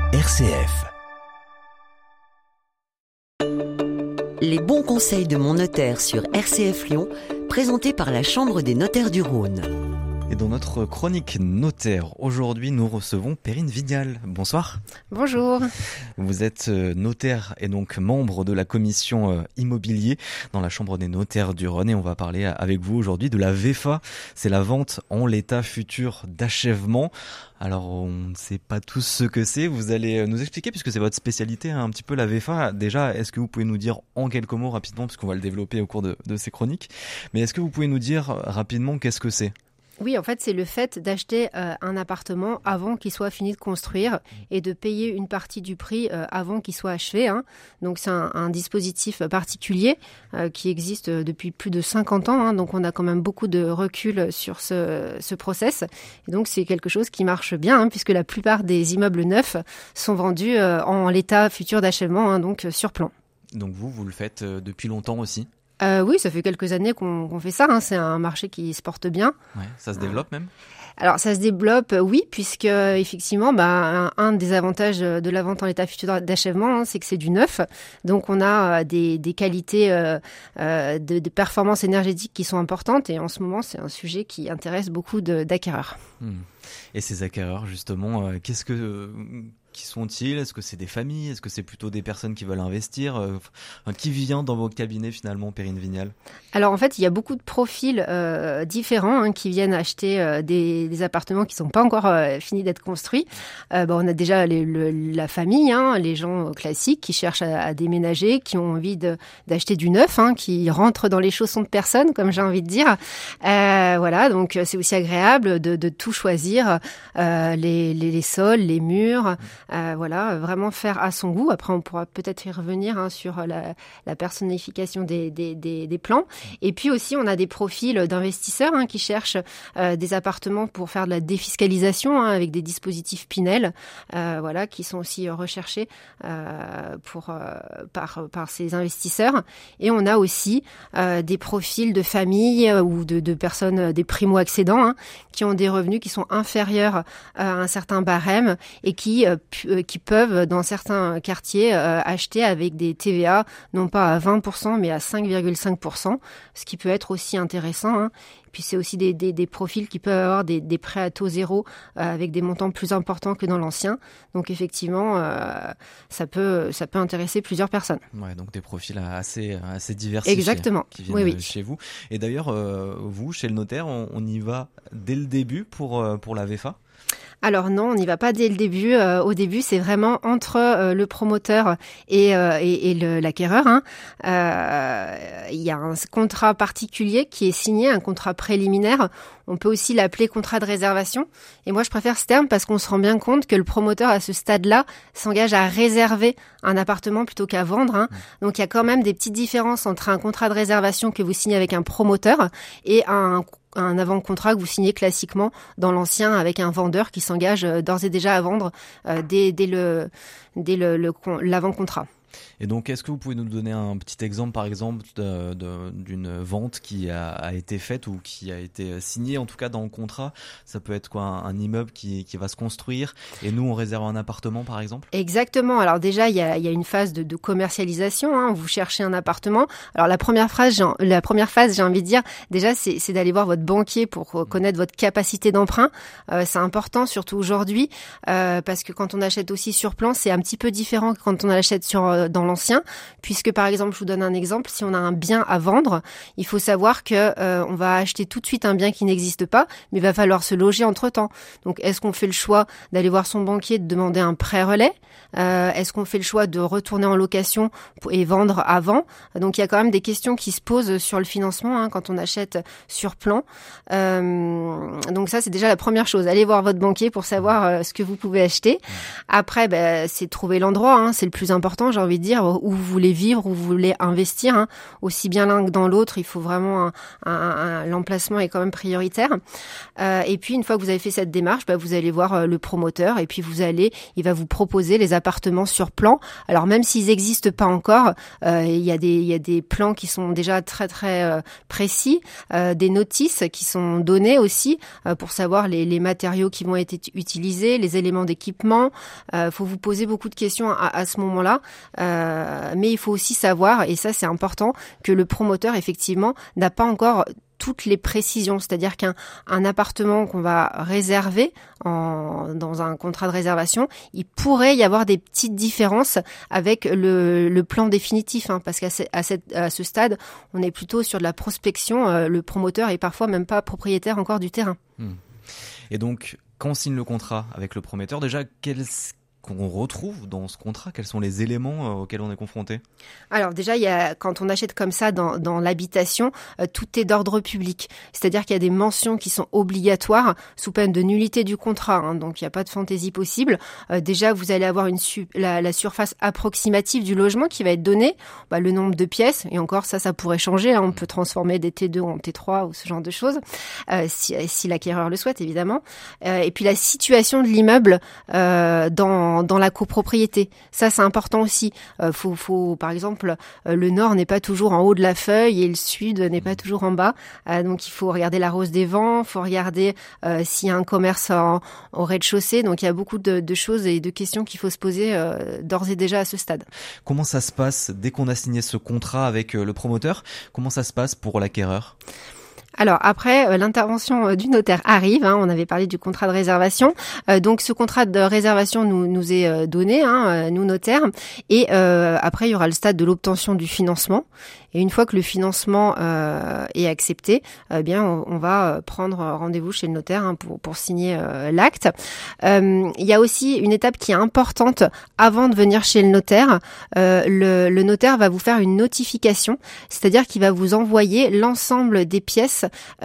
RCF. Les bons conseils de mon notaire sur RCF Lyon, présentés par la Chambre des notaires du Rhône. Et dans notre chronique notaire, aujourd'hui, nous recevons Perrine Vignal. Bonsoir. Bonjour. Vous êtes notaire et donc membre de la commission immobilier dans la Chambre des notaires du Rhône. Et on va parler avec vous aujourd'hui de la VEFA. C'est la vente en l'état futur d'achèvement. Alors, on ne sait pas tous ce que c'est. Vous allez nous expliquer, puisque c'est votre spécialité, un petit peu la VEFA. Déjà, est-ce que vous pouvez nous dire en quelques mots rapidement, puisqu'on va le développer au cours de ces chroniques, mais est-ce que vous pouvez nous dire rapidement qu'est-ce que c'est ? Oui, en fait, c'est le fait d'acheter un appartement avant qu'il soit fini de construire et de payer une partie du prix avant qu'il soit achevé. Hein. Donc, c'est un dispositif particulier qui existe depuis plus de 50 ans. Hein. Donc, on a quand même beaucoup de recul sur ce process. Et donc, c'est quelque chose qui marche bien, hein, puisque la plupart des immeubles neufs sont vendus en l'état futur d'achèvement, hein, donc sur plan. Donc, vous le faites depuis longtemps aussi ? Oui, ça fait quelques années qu'on fait ça. Hein. C'est un marché qui se porte bien. Ouais, ça se développe même ? Alors, ça se développe, oui, puisque effectivement, un des avantages de la vente en l'état futur d'achèvement, hein, c'est que c'est du neuf. Donc, on a des qualités de performance énergétique qui sont importantes. Et en ce moment, c'est un sujet qui intéresse beaucoup d'acquéreurs. Et ces acquéreurs, justement, qui sont-ils ? Est-ce que c'est des familles ? Est-ce que c'est plutôt des personnes qui veulent investir ? Qui vient dans vos cabinets finalement, Perrine Vignal ? Alors en fait, il y a beaucoup de profils différents hein, qui viennent acheter des appartements qui ne sont pas encore finis d'être construits. On a déjà la famille, hein, les gens classiques qui cherchent à déménager, qui ont envie d'acheter du neuf, hein, qui rentrent dans les chaussons de personne, comme j'ai envie de dire. Voilà, donc c'est aussi agréable de tout choisir, les sols, les murs. Vraiment faire à son goût. Après, on pourra peut-être y revenir hein, sur la personnification des plans. Et puis aussi, on a des profils d'investisseurs hein, qui cherchent des appartements pour faire de la défiscalisation hein, avec des dispositifs Pinel, qui sont aussi recherchés par ces investisseurs. Et on a aussi des profils de familles ou de personnes, des primo-accédants, hein, qui ont des revenus qui sont inférieurs à un certain barème et qui peuvent, dans certains quartiers, acheter avec des TVA, non pas à 20%, mais à 5,5%, ce qui peut être aussi intéressant. Hein. Puis c'est aussi des profils qui peuvent avoir des prêts à taux zéro avec des montants plus importants que dans l'ancien. Donc effectivement, ça peut intéresser plusieurs personnes. Ouais, donc des profils assez diversifiés. Exactement. Qui viennent chez vous. Et d'ailleurs, vous, chez le notaire, on y va dès le début pour la VEFA ? Alors non, on n'y va pas dès le début. Au début, c'est vraiment entre le promoteur et l'acquéreur. Hein. Il y a un contrat particulier qui est signé, un contrat préliminaire. On peut aussi l'appeler contrat de réservation. Et moi, je préfère ce terme parce qu'on se rend bien compte que le promoteur, à ce stade-là, s'engage à réserver un appartement plutôt qu'à vendre. Hein. Donc, il y a quand même des petites différences entre un contrat de réservation que vous signez avec un promoteur et un avant-contrat que vous signez classiquement dans l'ancien avec un vendeur qui s'engage d'ores et déjà à vendre dès l'avant-contrat. Et donc, est-ce que vous pouvez nous donner un petit exemple, par exemple, d'une vente qui a été faite ou qui a été signée, en tout cas dans le contrat ? Ça peut être quoi, un immeuble qui va se construire et nous, on réserve un appartement, par exemple ? Exactement. Alors déjà, il y a une phase de commercialisation. Hein. Vous cherchez un appartement. Alors la première phase, j'ai envie de dire, déjà, c'est d'aller voir votre banquier pour connaître votre capacité d'emprunt. C'est important, surtout aujourd'hui, parce que quand on achète aussi sur plan, c'est un petit peu différent que quand on achète dans l'ancien, puisque par exemple, je vous donne un exemple, si on a un bien à vendre, il faut savoir que on va acheter tout de suite un bien qui n'existe pas, mais il va falloir se loger entre-temps. Donc, est-ce qu'on fait le choix d'aller voir son banquier, de demander un prêt relais ? Est-ce qu'on fait le choix de retourner en location et vendre avant ? Donc, il y a quand même des questions qui se posent sur le financement hein, quand on achète sur plan. Donc ça, c'est déjà la première chose. Allez voir votre banquier pour savoir ce que vous pouvez acheter. Après, c'est trouver l'endroit, hein, c'est le plus important, j'ai envie envie de dire, où vous voulez vivre, où vous voulez investir, hein. Aussi bien l'un que dans l'autre, il faut vraiment l'emplacement est quand même prioritaire. Et puis une fois que vous avez fait cette démarche, vous allez voir le promoteur et puis il va vous proposer les appartements sur plan. Alors même s'ils n'existent pas encore, il y a des plans qui sont déjà très très précis, des notices qui sont données aussi pour savoir les matériaux qui vont être utilisés, les éléments d'équipement. Faut vous poser beaucoup de questions à ce moment-là, mais il faut aussi savoir, et ça c'est important, que le promoteur effectivement n'a pas encore toutes les précisions, c'est-à-dire qu'un appartement qu'on va réserver dans un contrat de réservation, il pourrait y avoir des petites différences avec le plan définitif, hein, parce à ce stade, on est plutôt sur de la prospection. Le promoteur est parfois même pas propriétaire encore du terrain. Et donc, quand on signe le contrat avec le promoteur, déjà, qu'on retrouve dans ce contrat, quels sont les éléments auxquels on est confronté? Alors déjà, quand on achète comme ça dans l'habitation, tout est d'ordre public. C'est-à-dire qu'il y a des mentions qui sont obligatoires sous peine de nullité du contrat, hein, donc il n'y a pas de fantaisie possible. Déjà, vous allez avoir la surface approximative du logement qui va être donnée, le nombre de pièces, et encore ça pourrait changer, hein, on peut transformer des T2 en T3 ou ce genre de choses, si l'acquéreur le souhaite évidemment. Et puis la situation de l'immeuble dans la copropriété. Ça, c'est important aussi. Faut par exemple, le nord n'est pas toujours en haut de la feuille et le sud n'est pas toujours en bas. Donc, il faut regarder la rose des vents, il faut regarder s'il y a un commerce au rez-de-chaussée. Donc, il y a beaucoup de choses et de questions qu'il faut se poser d'ores et déjà à ce stade. Comment ça se passe dès qu'on a signé ce contrat avec le promoteur? Comment ça se passe pour l'acquéreur? Alors après, l'intervention du notaire arrive, hein, on avait parlé du contrat de réservation, donc ce contrat de réservation nous est donné, hein, nous notaires, et après il y aura le stade de l'obtention du financement, et une fois que le financement est accepté, on va prendre rendez-vous chez le notaire, hein, pour signer l'acte. Il y a aussi une étape qui est importante avant de venir chez le notaire. Le notaire va vous faire une notification, c'est-à-dire qu'il va vous envoyer l'ensemble des pièces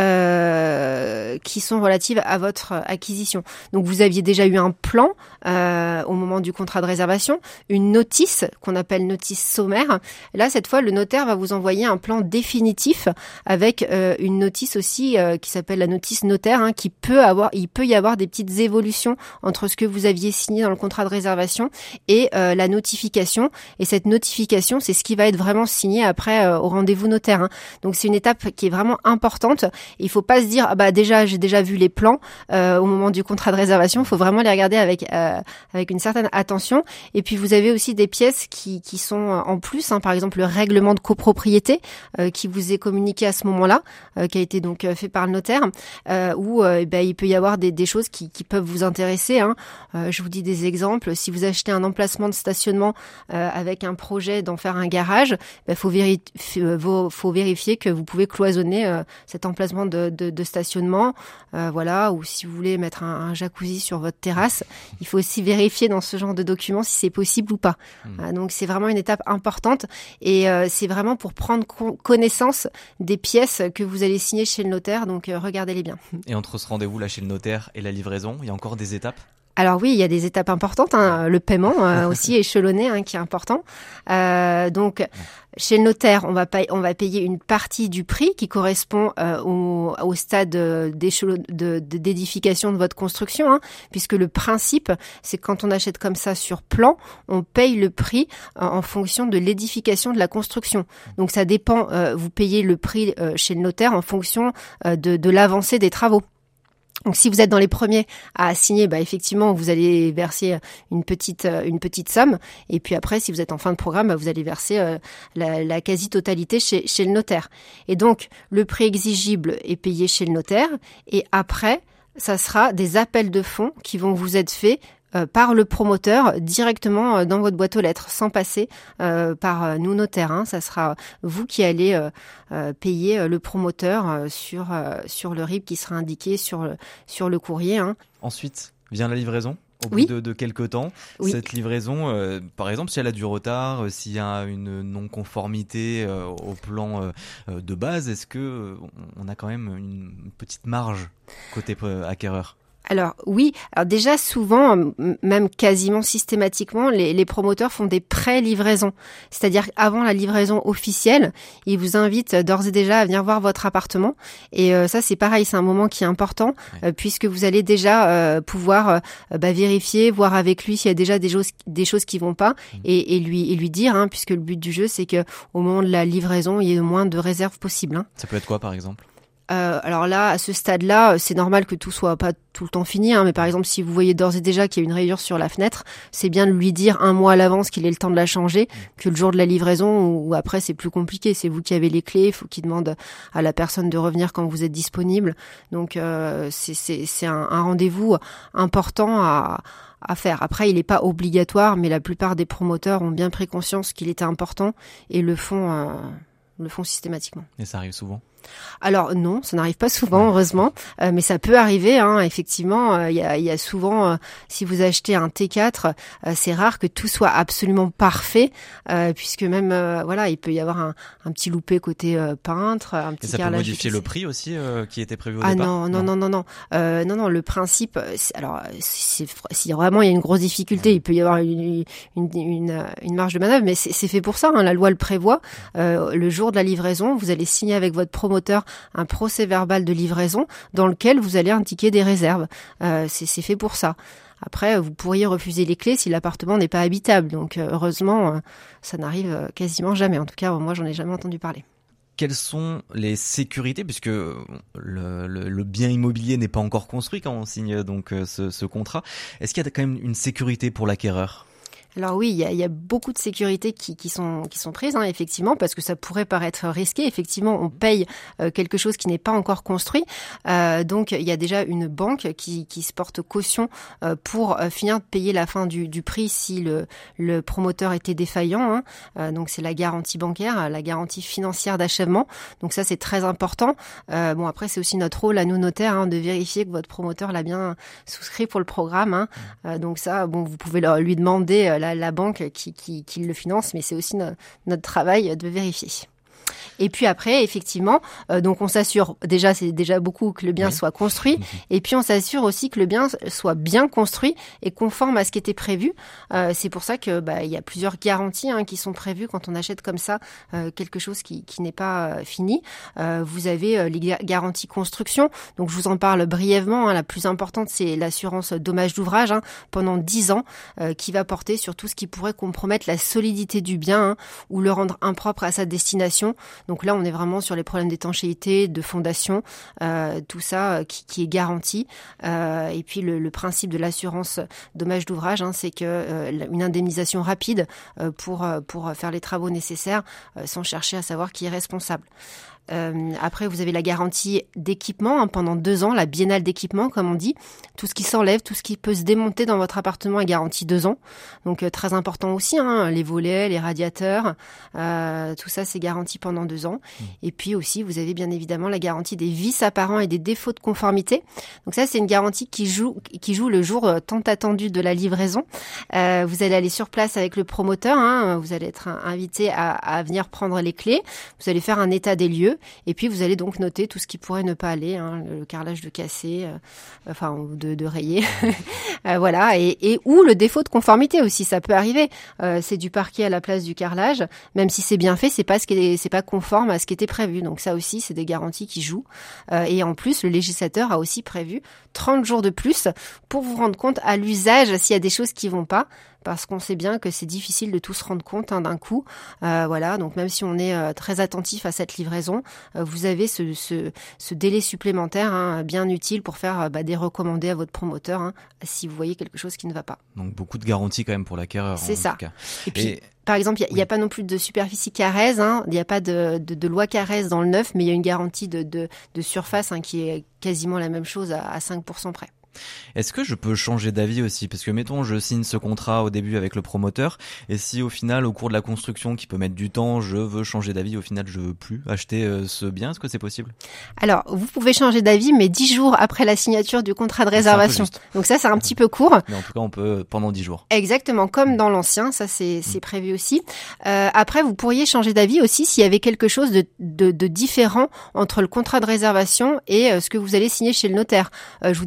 qui sont relatives à votre acquisition. Donc vous aviez déjà eu un plan au moment du contrat de réservation, une notice qu'on appelle notice sommaire. Là, cette fois, le notaire va vous envoyer un plan définitif avec une notice aussi qui s'appelle la notice notaire, hein, il peut y avoir des petites évolutions entre ce que vous aviez signé dans le contrat de réservation et la notification. Et cette notification, c'est ce qui va être vraiment signé après au rendez-vous notaire, hein. Donc c'est une étape qui est vraiment importante. Il faut pas se dire j'ai déjà vu les plans au moment du contrat de réservation. Il faut vraiment les regarder avec une certaine attention. Et puis vous avez aussi des pièces qui sont en plus, hein, par exemple le règlement de copropriété qui vous est communiqué à ce moment-là, qui a été donc fait par le notaire, où il peut y avoir des choses qui peuvent vous intéresser, hein. Je vous dis des exemples. Si vous achetez un emplacement de stationnement avec un projet d'en faire un garage, faut vérifier que vous pouvez cloisonner cet emplacement de stationnement, ou si vous voulez mettre un jacuzzi sur votre terrasse, il faut aussi vérifier dans ce genre de documents si c'est possible ou pas. Donc c'est vraiment une étape importante et c'est vraiment pour prendre connaissance des pièces que vous allez signer chez le notaire, donc regardez-les bien. Et entre ce rendez-vous là chez le notaire et la livraison, il y a encore des étapes? Alors oui, il y a des étapes importantes, hein. Le paiement aussi échelonné, hein, qui est important. Donc chez le notaire, on va payer une partie du prix qui correspond au stade d'édification de votre construction, hein, puisque le principe, c'est que quand on achète comme ça sur plan, on paye le prix en fonction de l'édification de la construction. Donc ça dépend, vous payez le prix chez le notaire en fonction de l'avancée des travaux. Donc si vous êtes dans les premiers à signer, effectivement vous allez verser une petite somme, et puis après si vous êtes en fin de programme, vous allez verser la quasi-totalité chez le notaire. Et donc le prix exigible est payé chez le notaire, et après ça sera des appels de fonds qui vont vous être faits par le promoteur directement dans votre boîte aux lettres, sans passer par nous notaires, hein. Ça sera vous qui allez payer le promoteur sur le RIB qui sera indiqué sur le courrier, hein. Ensuite vient la livraison. Au bout oui. de quelques temps, oui. Cette livraison, par exemple, si elle a du retard, s'il y a une non-conformité au plan de base, est-ce que on a quand même une petite marge côté acquéreur ? Alors oui, alors déjà souvent, même quasiment systématiquement, les promoteurs font des pré-livraisons. C'est-à-dire qu'avant la livraison officielle, ils vous invitent d'ores et déjà à venir voir votre appartement. Et ça c'est pareil, c'est un moment qui est important puisque vous allez déjà pouvoir vérifier, voir avec lui s'il y a déjà des choses qui vont pas et lui dire, puisque le but du jeu c'est que au moment de la livraison, il y ait le moins de réserves possible. Ça peut être quoi par exemple ? Alors là, à ce stade-là, c'est normal que tout soit pas tout le temps fini, mais par exemple, si vous voyez d'ores et déjà qu'il y a une rayure sur la fenêtre, c'est bien de lui dire un mois à l'avance qu'il ait le temps de la changer, que le jour de la livraison, ou après c'est plus compliqué, c'est vous qui avez les clés, il faut qu'il demande à la personne de revenir quand vous êtes disponible. Donc c'est un rendez-vous important à faire. Après, il n'est pas obligatoire, mais la plupart des promoteurs ont bien pris conscience qu'il était important et le font systématiquement. Et ça arrive souvent ? Alors non, ça n'arrive pas souvent, heureusement, mais ça peut arriver. Effectivement, il y a souvent, si vous achetez un T4, c'est rare que tout soit absolument parfait, puisque même, il peut y avoir un petit loupé côté peintre, un petit carrelage. Et ça peut modifier le prix aussi qui était prévu au départ. Non. Le principe, si vraiment il y a une grosse difficulté, il peut y avoir une marge de manœuvre, mais c'est fait pour ça. La loi le prévoit. Le jour de la livraison, vous allez signer avec votre promoteur un procès-verbal de livraison dans lequel vous allez indiquer des réserves. C'est fait pour ça. Après, vous pourriez refuser les clés si l'appartement n'est pas habitable. Donc, heureusement, ça n'arrive quasiment jamais. En tout cas, moi, j'en ai jamais entendu parler. Quelles sont les sécurités, puisque le bien immobilier n'est pas encore construit quand on signe donc ce contrat. Est-ce qu'il y a quand même une sécurité pour l'acquéreur ? Alors oui, il y a beaucoup de sécurités qui sont prises, effectivement, parce que ça pourrait paraître risqué. Effectivement, on paye quelque chose qui n'est pas encore construit. Donc, il y a déjà une banque qui se porte caution pour finir de payer la fin du prix si le promoteur était défaillant. Donc, c'est la garantie bancaire, la garantie financière d'achèvement. Donc, ça, c'est très important. Après, c'est aussi notre rôle à nous, notaires, de vérifier que votre promoteur l'a bien souscrit pour le programme. Donc ça, vous pouvez lui demander la banque qui le finance, mais c'est aussi notre travail de vérifier. Et puis après, effectivement, donc on s'assure, déjà c'est déjà beaucoup que le bien soit construit, et puis on s'assure aussi que le bien soit bien construit et conforme à ce qui était prévu. C'est pour ça que il y a plusieurs garanties qui sont prévues quand on achète comme ça quelque chose qui n'est pas fini. Vous avez les garanties construction, donc je vous en parle brièvement. La plus importante, c'est l'assurance dommage d'ouvrage pendant 10 ans, qui va porter sur tout ce qui pourrait compromettre la solidité du bien ou le rendre impropre à sa destination. Donc là, on est vraiment sur les problèmes d'étanchéité, de fondation, tout ça qui est garanti. Et puis le principe de l'assurance dommage d'ouvrage, c'est que une indemnisation rapide pour faire les travaux nécessaires sans chercher à savoir qui est responsable. Après, vous avez la garantie d'équipement pendant 2 ans, la biennale d'équipement, comme on dit. Tout ce qui s'enlève, tout ce qui peut se démonter dans votre appartement est garanti 2 ans. Donc, très important aussi, les volets, les radiateurs, tout ça, c'est garanti pendant 2 ans. Et puis aussi, vous avez bien évidemment la garantie des vices apparents et des défauts de conformité. Donc ça, c'est une garantie qui joue le jour tant attendu de la livraison. Vous allez aller sur place avec le promoteur, vous allez être invité à venir prendre les clés. Vous allez faire un état des lieux. Et puis, vous allez donc noter tout ce qui pourrait ne pas aller, le carrelage de cassé, de rayé, voilà, et ou le défaut de conformité aussi, ça peut arriver. C'est du parquet à la place du carrelage, même si c'est bien fait, c'est pas conforme à ce qui était prévu. Donc ça aussi, c'est des garanties qui jouent. Et en plus, le législateur a aussi prévu 30 jours de plus pour vous rendre compte à l'usage s'il y a des choses qui vont pas. Parce qu'on sait bien que c'est difficile de tout se rendre compte d'un coup. Voilà, donc même si on est très attentif à cette livraison, vous avez ce délai supplémentaire bien utile pour faire des recommandés à votre promoteur si vous voyez quelque chose qui ne va pas. Donc beaucoup de garanties quand même pour l'acquéreur. C'est ça. Tout cas. Et puis, par exemple, il n'y a pas non plus de superficie Carrez, il n'y a pas de loi Carrez dans le neuf, mais il y a une garantie de surface qui est quasiment la même chose à 5% près. Est-ce que je peux changer d'avis aussi ? Parce que mettons, je signe ce contrat au début avec le promoteur, et si au final, au cours de la construction, qui peut mettre du temps, je veux changer d'avis, au final, je veux plus acheter ce bien, est-ce que c'est possible ? Alors, vous pouvez changer d'avis, mais 10 jours après la signature du contrat de réservation. Donc ça, c'est un petit peu court. Mais en tout cas, on peut pendant 10 jours. Exactement, comme dans l'ancien, ça c'est prévu aussi. Après, vous pourriez changer d'avis aussi s'il y avait quelque chose de différent entre le contrat de réservation et ce que vous allez signer chez le notaire. Je vous dis n'importe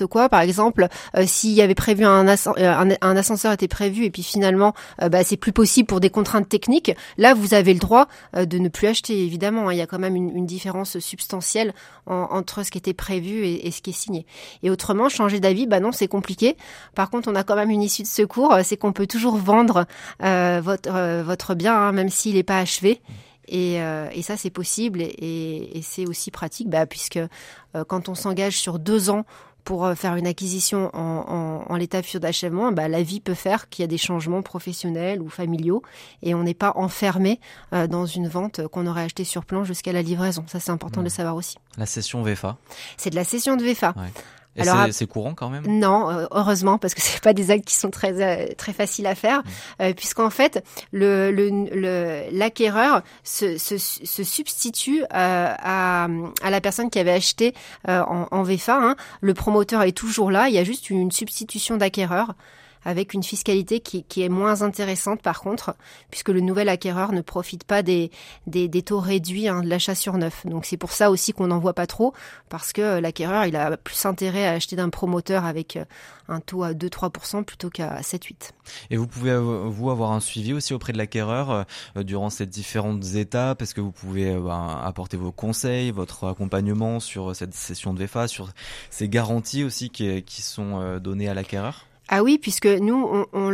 n'importe quoi. Par exemple, s'il y avait prévu un ascenseur était prévu et puis finalement c'est plus possible pour des contraintes techniques, là vous avez le droit de ne plus acheter. Évidemment, il y a quand même une différence substantielle entre ce qui était prévu et ce qui est signé. Et autrement, changer d'avis, non, c'est compliqué. Par contre, on a quand même une issue de secours, c'est qu'on peut toujours vendre votre bien, même s'il n'est pas achevé. Et ça, c'est possible et c'est aussi pratique puisque quand on s'engage sur 2 ans pour faire une acquisition en l'état futur d'achèvement, la vie peut faire qu'il y a des changements professionnels ou familiaux et on n'est pas enfermé dans une vente qu'on aurait achetée sur plan jusqu'à la livraison. Ça, c'est important de le savoir aussi. La cession VEFA. C'est de la cession de VEFA. Ouais. Et alors, c'est courant quand même ? Non, heureusement, parce que c'est pas des actes qui sont très faciles à faire, puisqu'en fait, l'acquéreur se substitue à la personne qui avait acheté en VEFA. Le promoteur est toujours là, il y a juste une substitution d'acquéreur, avec une fiscalité qui est moins intéressante par contre, puisque le nouvel acquéreur ne profite pas des taux réduits de l'achat sur neuf. Donc c'est pour ça aussi qu'on n'en voit pas trop, parce que l'acquéreur il a plus intérêt à acheter d'un promoteur avec un taux à 2-3% plutôt qu'à 7-8. Et vous pouvez avoir un suivi aussi auprès de l'acquéreur durant ces différentes étapes? Est-ce que vous pouvez apporter vos conseils, votre accompagnement sur cette cession de VEFA, sur ces garanties aussi qui sont données à l'acquéreur? Ah oui, puisque nous, on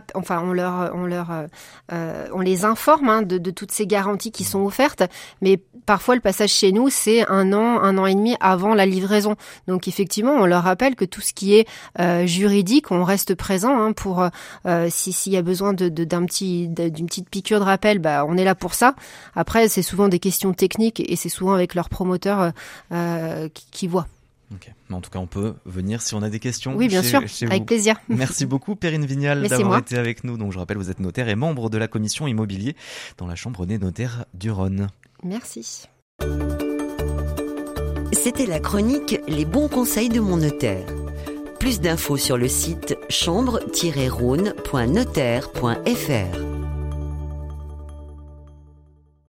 les informe de toutes ces garanties qui sont offertes, mais parfois le passage chez nous, c'est 1 an et demi avant la livraison. Donc effectivement, on leur rappelle que tout ce qui est juridique, on reste présent pour s'il y a besoin d'une petite piqûre de rappel, on est là pour ça. Après, c'est souvent des questions techniques et c'est souvent avec leur promoteur qui voient. Ok. Mais en tout cas, on peut venir si on a des questions. Oui, bien sûr, avec plaisir. Merci beaucoup, Perrine Vignal, d'avoir été avec nous. Donc, je rappelle, vous êtes notaire et membre de la commission immobilier dans la Chambre des notaires du Rhône. Merci. C'était la chronique Les bons conseils de mon notaire. Plus d'infos sur le site chambre-rhône.notaire.fr.